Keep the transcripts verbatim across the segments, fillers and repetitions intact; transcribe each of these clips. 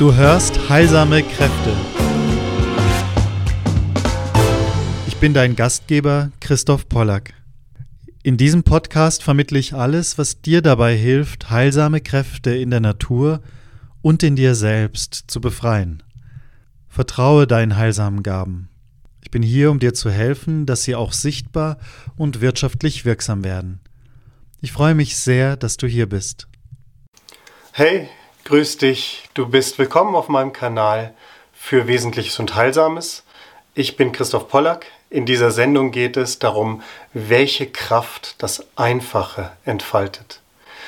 Du hörst Heilsame Kräfte. Ich bin dein Gastgeber Christoph Pollack. In diesem Podcast vermittle ich alles, was dir dabei hilft, heilsame Kräfte in der Natur und in dir selbst zu befreien. Vertraue deinen heilsamen Gaben. Ich bin hier, um dir zu helfen, dass sie auch sichtbar und wirtschaftlich wirksam werden. Ich freue mich sehr, dass du hier bist. Hey, grüß dich. Du bist willkommen auf meinem Kanal für Wesentliches und Heilsames. Ich bin Christoph Pollack. In dieser Sendung geht es darum, welche Kraft das Einfache entfaltet.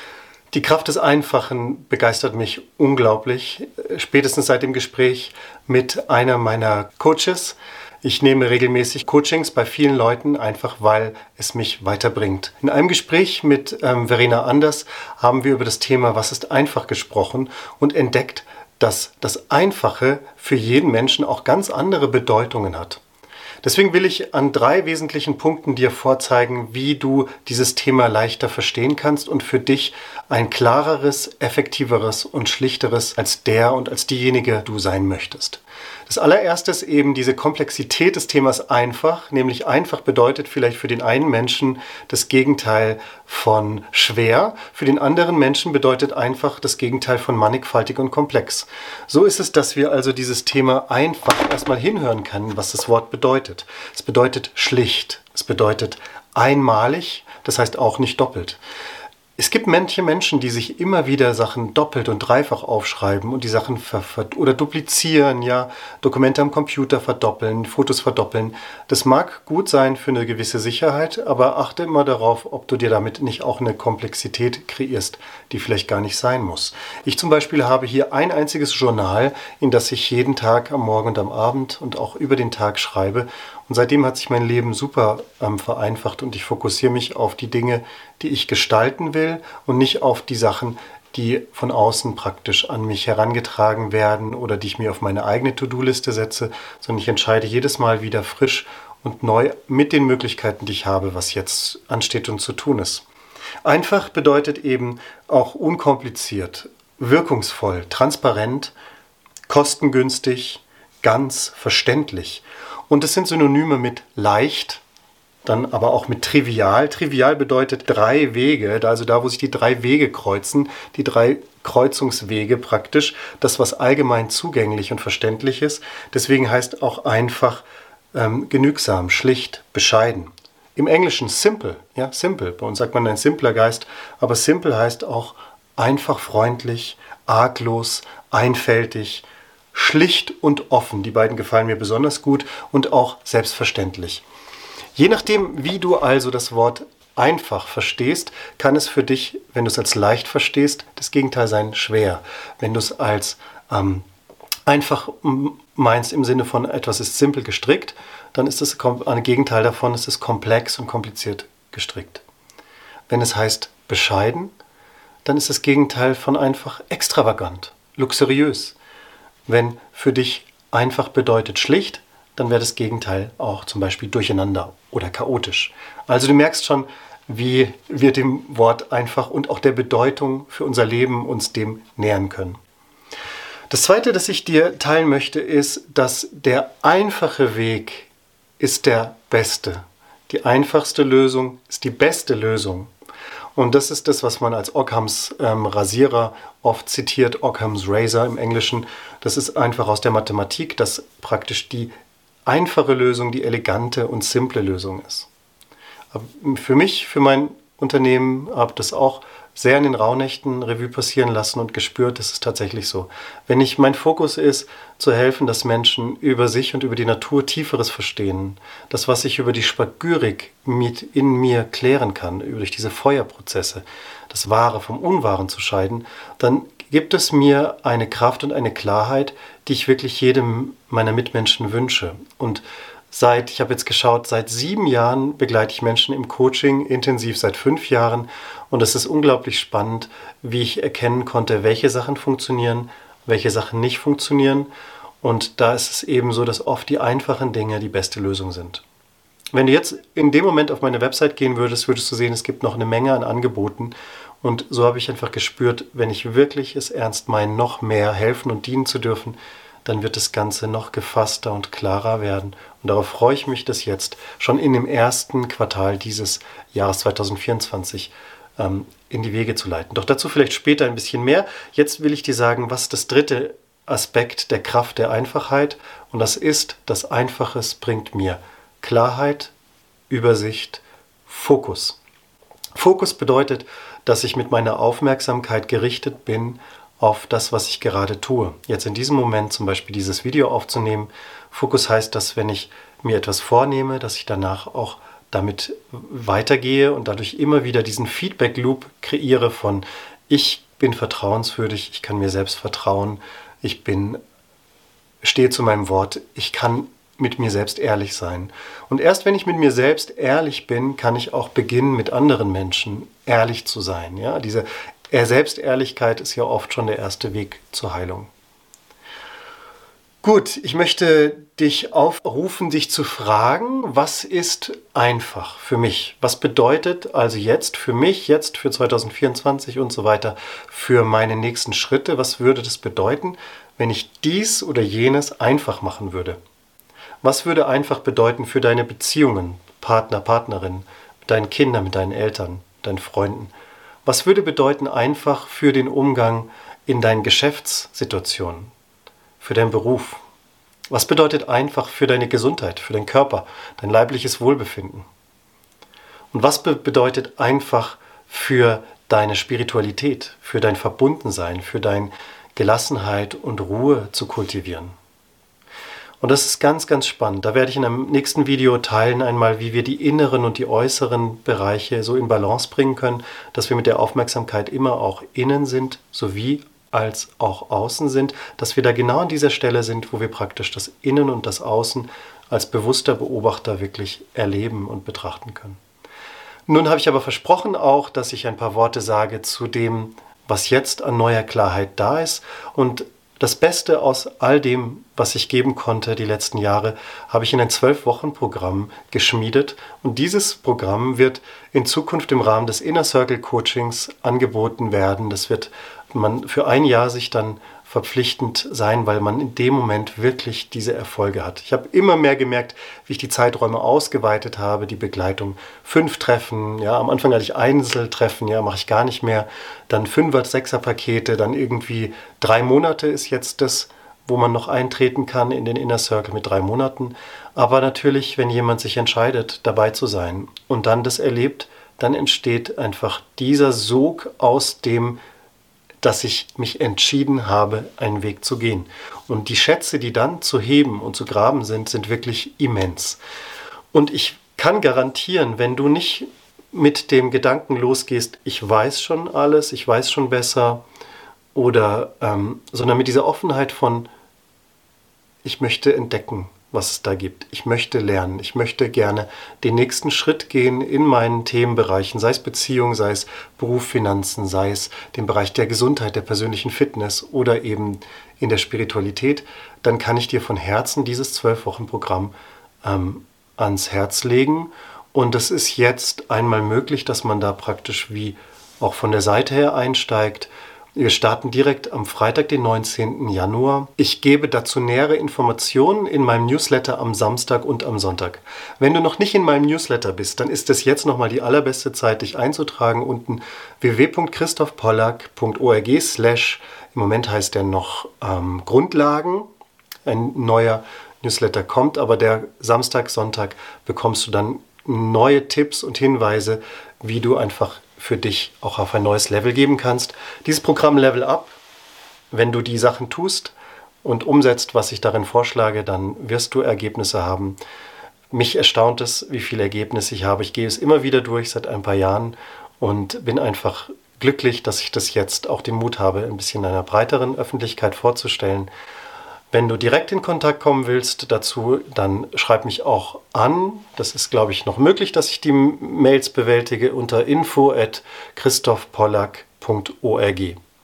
Die Kraft des Einfachen begeistert mich unglaublich, spätestens seit dem Gespräch mit einer meiner Coaches. Ich nehme regelmäßig Coachings bei vielen Leuten, einfach weil es mich weiterbringt. In einem Gespräch mit ähm, Verena Anders haben wir über das Thema Was ist einfach gesprochen und entdeckt, dass das Einfache für jeden Menschen auch ganz andere Bedeutungen hat. Deswegen will ich an drei wesentlichen Punkten dir vorzeigen, wie du dieses Thema leichter verstehen kannst und für dich ein klareres, effektiveres und schlichteres als der und als diejenige du sein möchtest. Das allererste ist eben diese Komplexität des Themas einfach, nämlich einfach bedeutet vielleicht für den einen Menschen das Gegenteil von schwer, für den anderen Menschen bedeutet einfach das Gegenteil von mannigfaltig und komplex. So ist es, dass wir also dieses Thema einfach erstmal hinhören können, was das Wort bedeutet. Es bedeutet schlicht, es bedeutet einmalig, das heißt auch nicht doppelt. Es gibt manche Menschen, die sich immer wieder Sachen doppelt und dreifach aufschreiben und die Sachen ver- ver- oder duplizieren, ja, Dokumente am Computer verdoppeln, Fotos verdoppeln. Das mag gut sein für eine gewisse Sicherheit, aber achte immer darauf, ob du dir damit nicht auch eine Komplexität kreierst, die vielleicht gar nicht sein muss. Ich zum Beispiel habe hier ein einziges Journal, in das ich jeden Tag am Morgen und am Abend und auch über den Tag schreibe. Und seitdem hat sich mein Leben super ähm, vereinfacht und ich fokussiere mich auf die Dinge, die ich gestalten will und nicht auf die Sachen, die von außen praktisch an mich herangetragen werden oder die ich mir auf meine eigene To-Do-Liste setze, sondern ich entscheide jedes Mal wieder frisch und neu mit den Möglichkeiten, die ich habe, was jetzt ansteht und zu tun ist. Einfach bedeutet eben auch unkompliziert, wirkungsvoll, transparent, kostengünstig, ganz verständlich. Und es sind Synonyme mit leicht, dann aber auch mit trivial. Trivial bedeutet drei Wege, also da, wo sich die drei Wege kreuzen, die drei Kreuzungswege praktisch, das, was allgemein zugänglich und verständlich ist. Deswegen heißt auch einfach ähm, genügsam, schlicht, bescheiden. Im Englischen simple, ja, simple. Bei uns sagt man ein simpler Geist, aber simple heißt auch einfach freundlich, arglos, einfältig, schlicht und offen, die beiden gefallen mir besonders gut und auch selbstverständlich. Je nachdem, wie du also das Wort einfach verstehst, kann es für dich, wenn du es als leicht verstehst, das Gegenteil sein schwer. Wenn du es als ähm, einfach meinst im Sinne von etwas ist simpel gestrickt, dann ist das ein Gegenteil davon, es ist komplex und kompliziert gestrickt. Wenn es heißt bescheiden, dann ist das Gegenteil von einfach extravagant, luxuriös. Wenn für dich einfach bedeutet schlicht, dann wäre das Gegenteil auch zum Beispiel durcheinander oder chaotisch. Also du merkst schon, wie wir dem Wort einfach und auch der Bedeutung für unser Leben uns dem nähern können. Das Zweite, das ich dir teilen möchte, ist, dass der einfache Weg ist der beste. Die einfachste Lösung ist die beste Lösung. Und das ist das, was man als Ockhams ähm, Rasierer oft zitiert, Ockhams Razor im Englischen. Das ist einfach aus der Mathematik, dass praktisch die einfache Lösung die elegante und simple Lösung ist. Aber für mich, für mein Unternehmen, habe das auch sehr in den Rauhnächten Revue passieren lassen und gespürt, das ist tatsächlich so. Wenn ich mein Fokus ist, zu helfen, dass Menschen über sich und über die Natur Tieferes verstehen, das, was ich über die Spagyrik mit in mir klären kann, durch diese Feuerprozesse, das Wahre vom Unwahren zu scheiden, dann gibt es mir eine Kraft und eine Klarheit, die ich wirklich jedem meiner Mitmenschen wünsche. Und seit, ich habe jetzt geschaut, seit sieben Jahren begleite ich Menschen im Coaching, intensiv seit fünf Jahren. Und es ist unglaublich spannend, wie ich erkennen konnte, welche Sachen funktionieren, welche Sachen nicht funktionieren. Und da ist es eben so, dass oft die einfachen Dinge die beste Lösung sind. Wenn du jetzt in dem Moment auf meine Website gehen würdest, würdest du sehen, es gibt noch eine Menge an Angeboten. Und so habe ich einfach gespürt, wenn ich wirklich es ernst meine, noch mehr helfen und dienen zu dürfen, dann wird das Ganze noch gefasster und klarer werden. Und darauf freue ich mich, das jetzt schon in dem ersten Quartal dieses Jahres zwanzig vierundzwanzig ähm, in die Wege zu leiten. Doch dazu vielleicht später ein bisschen mehr. Jetzt will ich dir sagen, was das dritte Aspekt der Kraft der Einfachheit, und das ist, das Einfaches bringt mir Klarheit, Übersicht, Fokus. Fokus bedeutet, dass ich mit meiner Aufmerksamkeit gerichtet bin auf das, was ich gerade tue. Jetzt in diesem Moment zum Beispiel dieses Video aufzunehmen. Fokus heißt, dass wenn ich mir etwas vornehme, dass ich danach auch damit weitergehe und dadurch immer wieder diesen Feedback-Loop kreiere von ich bin vertrauenswürdig, ich kann mir selbst vertrauen, ich bin, stehe zu meinem Wort, ich kann mit mir selbst ehrlich sein. Und erst wenn ich mit mir selbst ehrlich bin, kann ich auch beginnen, mit anderen Menschen ehrlich zu sein. Ja, diese Selbstehrlichkeit ist ja oft schon der erste Weg zur Heilung. Gut, ich möchte dich aufrufen, dich zu fragen, was ist einfach für mich? Was bedeutet also jetzt für mich, jetzt für zwanzig vierundzwanzig und so weiter, für meine nächsten Schritte? Was würde das bedeuten, wenn ich dies oder jenes einfach machen würde? Was würde einfach bedeuten für deine Beziehungen, Partner, Partnerin, mit deinen Kindern, mit deinen Eltern, deinen Freunden? Was würde bedeuten einfach für den Umgang in deinen Geschäftssituationen, für deinen Beruf? Was bedeutet einfach für deine Gesundheit, für deinen Körper, dein leibliches Wohlbefinden? Und was be- bedeutet einfach für deine Spiritualität, für dein Verbundensein, für deine Gelassenheit und Ruhe zu kultivieren? Und das ist ganz, ganz spannend. Da werde ich in einem nächsten Video teilen einmal, wie wir die inneren und die äußeren Bereiche so in Balance bringen können, dass wir mit der Aufmerksamkeit immer auch innen sind, sowie als auch außen sind, dass wir da genau an dieser Stelle sind, wo wir praktisch das Innen und das Außen als bewusster Beobachter wirklich erleben und betrachten können. Nun habe ich aber versprochen auch, dass ich ein paar Worte sage zu dem, was jetzt an neuer Klarheit da ist, und das Beste aus all dem, was ich geben konnte die letzten Jahre, habe ich in ein zwölf-Wochen-Programm geschmiedet. Und dieses Programm wird in Zukunft im Rahmen des Inner Circle Coachings angeboten werden. Das wird man für ein Jahr sich dann verpflichtend sein, weil man in dem Moment wirklich diese Erfolge hat. Ich habe immer mehr gemerkt, wie ich die Zeiträume ausgeweitet habe, die Begleitung. Fünf Treffen, ja, am Anfang hatte ich Einzeltreffen, ja, mache ich gar nicht mehr. Dann Fünfer-, Sechser-Pakete, dann irgendwie drei Monate ist jetzt das, wo man noch eintreten kann in den Inner Circle mit drei Monaten. Aber natürlich, wenn jemand sich entscheidet, dabei zu sein und dann das erlebt, dann entsteht einfach dieser Sog aus dem, dass ich mich entschieden habe, einen Weg zu gehen. Und die Schätze, die dann zu heben und zu graben sind, sind wirklich immens. Und ich kann garantieren, wenn du nicht mit dem Gedanken losgehst, ich weiß schon alles, ich weiß schon besser, oder ähm, sondern mit dieser Offenheit von, ich möchte entdecken, was es da gibt. Ich möchte lernen. Ich möchte gerne den nächsten Schritt gehen in meinen Themenbereichen, sei es Beziehung, sei es Beruf, Finanzen, sei es den Bereich der Gesundheit, der persönlichen Fitness oder eben in der Spiritualität. Dann kann ich dir von Herzen dieses zwölf-Wochen-Programm ähm, ans Herz legen. Und es ist jetzt einmal möglich, dass man da praktisch wie auch von der Seite her einsteigt. Wir starten direkt am Freitag, den neunzehnten Januar. Ich gebe dazu nähere Informationen in meinem Newsletter am Samstag und am Sonntag. Wenn du noch nicht in meinem Newsletter bist, dann ist es jetzt nochmal die allerbeste Zeit, dich einzutragen. Unten w w w punkt christoph pollack punkt org slash, im Moment heißt der noch ähm, Grundlagen. Ein neuer Newsletter kommt, aber der Samstag, Sonntag bekommst du dann neue Tipps und Hinweise, wie du einfach für dich auch auf ein neues Level geben kannst. Dieses Programm Level Up, wenn du die Sachen tust und umsetzt, was ich darin vorschlage, dann wirst du Ergebnisse haben. Mich erstaunt es, wie viele Ergebnisse ich habe. Ich gehe es immer wieder durch seit ein paar Jahren und bin einfach glücklich, dass ich das jetzt auch den Mut habe, ein bisschen einer breiteren Öffentlichkeit vorzustellen. Wenn du direkt in Kontakt kommen willst dazu, dann schreib mich auch an. Das ist, glaube ich, noch möglich, dass ich die Mails bewältige unter info at christoph pollack punkt org.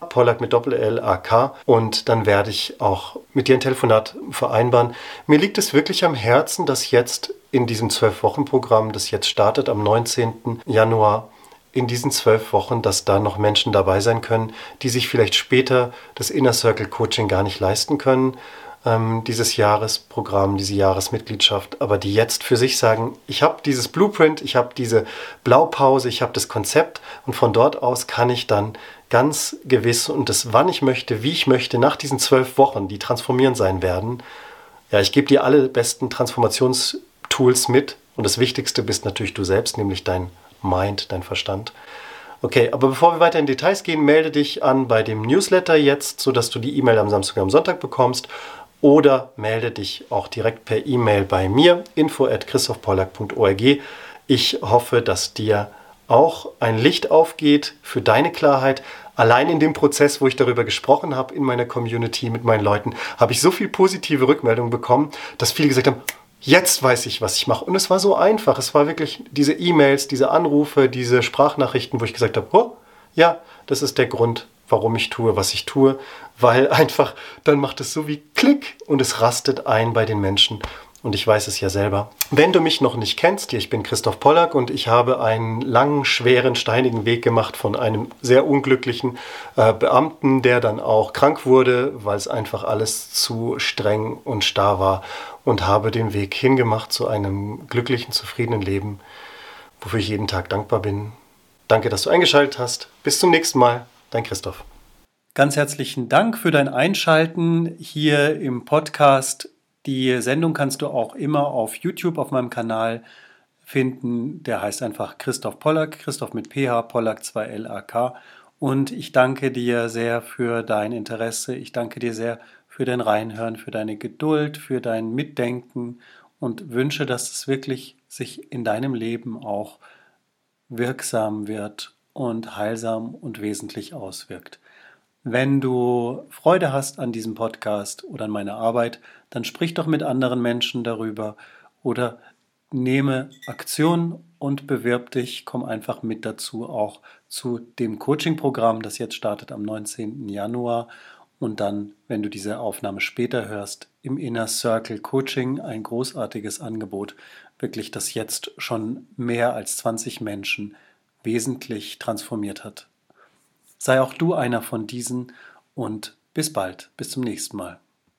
Pollack mit Doppel-L A K. Und dann werde ich auch mit dir ein Telefonat vereinbaren. Mir liegt es wirklich am Herzen, dass jetzt in diesem zwölf-Wochen-Programm, das jetzt startet am neunzehnten Januar, in diesen zwölf Wochen, dass da noch Menschen dabei sein können, die sich vielleicht später das Inner Circle Coaching gar nicht leisten können, ähm, dieses Jahresprogramm, diese Jahresmitgliedschaft, aber die jetzt für sich sagen, ich habe dieses Blueprint, ich habe diese Blaupause, ich habe das Konzept und von dort aus kann ich dann ganz gewiss und das, wann ich möchte, wie ich möchte, nach diesen zwölf Wochen, die transformierend sein werden, ja, ich gebe dir alle besten Transformationstools mit und das Wichtigste bist natürlich du selbst, nämlich dein Mind, dein Verstand. Okay, aber bevor wir weiter in Details gehen, melde dich an bei dem Newsletter jetzt, sodass du die E-Mail am Samstag und am Sonntag bekommst oder melde dich auch direkt per E-Mail bei mir, info at christoph pollack punkt org. Ich hoffe, dass dir auch ein Licht aufgeht für deine Klarheit. Allein in dem Prozess, wo ich darüber gesprochen habe in meiner Community mit meinen Leuten, habe ich so viel positive Rückmeldungen bekommen, dass viele gesagt haben, jetzt weiß ich, was ich mache. Und es war so einfach. Es war wirklich diese E-Mails, diese Anrufe, diese Sprachnachrichten, wo ich gesagt habe, oh, ja, das ist der Grund, warum ich tue, was ich tue. Weil einfach, dann macht es so wie Klick und es rastet ein bei den Menschen. Und ich weiß es ja selber. Wenn du mich noch nicht kennst, ich bin Christoph Pollack und ich habe einen langen, schweren, steinigen Weg gemacht von einem sehr unglücklichen äh, Beamten, der dann auch krank wurde, weil es einfach alles zu streng und starr war und habe den Weg hingemacht zu einem glücklichen, zufriedenen Leben, wofür ich jeden Tag dankbar bin. Danke, dass du eingeschaltet hast. Bis zum nächsten Mal. Dein Christoph. Ganz herzlichen Dank für dein Einschalten hier im Podcast. Die Sendung kannst du auch immer auf YouTube auf meinem Kanal finden. Der heißt einfach Christoph Pollack, Christoph mit P H, Pollack zwei L A K. Und ich danke dir sehr für dein Interesse. Ich danke dir sehr für dein Reinhören, für deine Geduld, für dein Mitdenken und wünsche, dass es wirklich sich in deinem Leben auch wirksam wird und heilsam und wesentlich auswirkt. Wenn du Freude hast an diesem Podcast oder an meiner Arbeit, dann sprich doch mit anderen Menschen darüber oder nehme Aktion und bewirb dich, komm einfach mit dazu, auch zu dem Coaching-Programm, das jetzt startet am neunzehnten Januar und dann, wenn du diese Aufnahme später hörst, im Inner Circle Coaching, ein großartiges Angebot, wirklich das jetzt schon mehr als zwanzig Menschen wesentlich transformiert hat. Sei auch du einer von diesen und bis bald, bis zum nächsten Mal.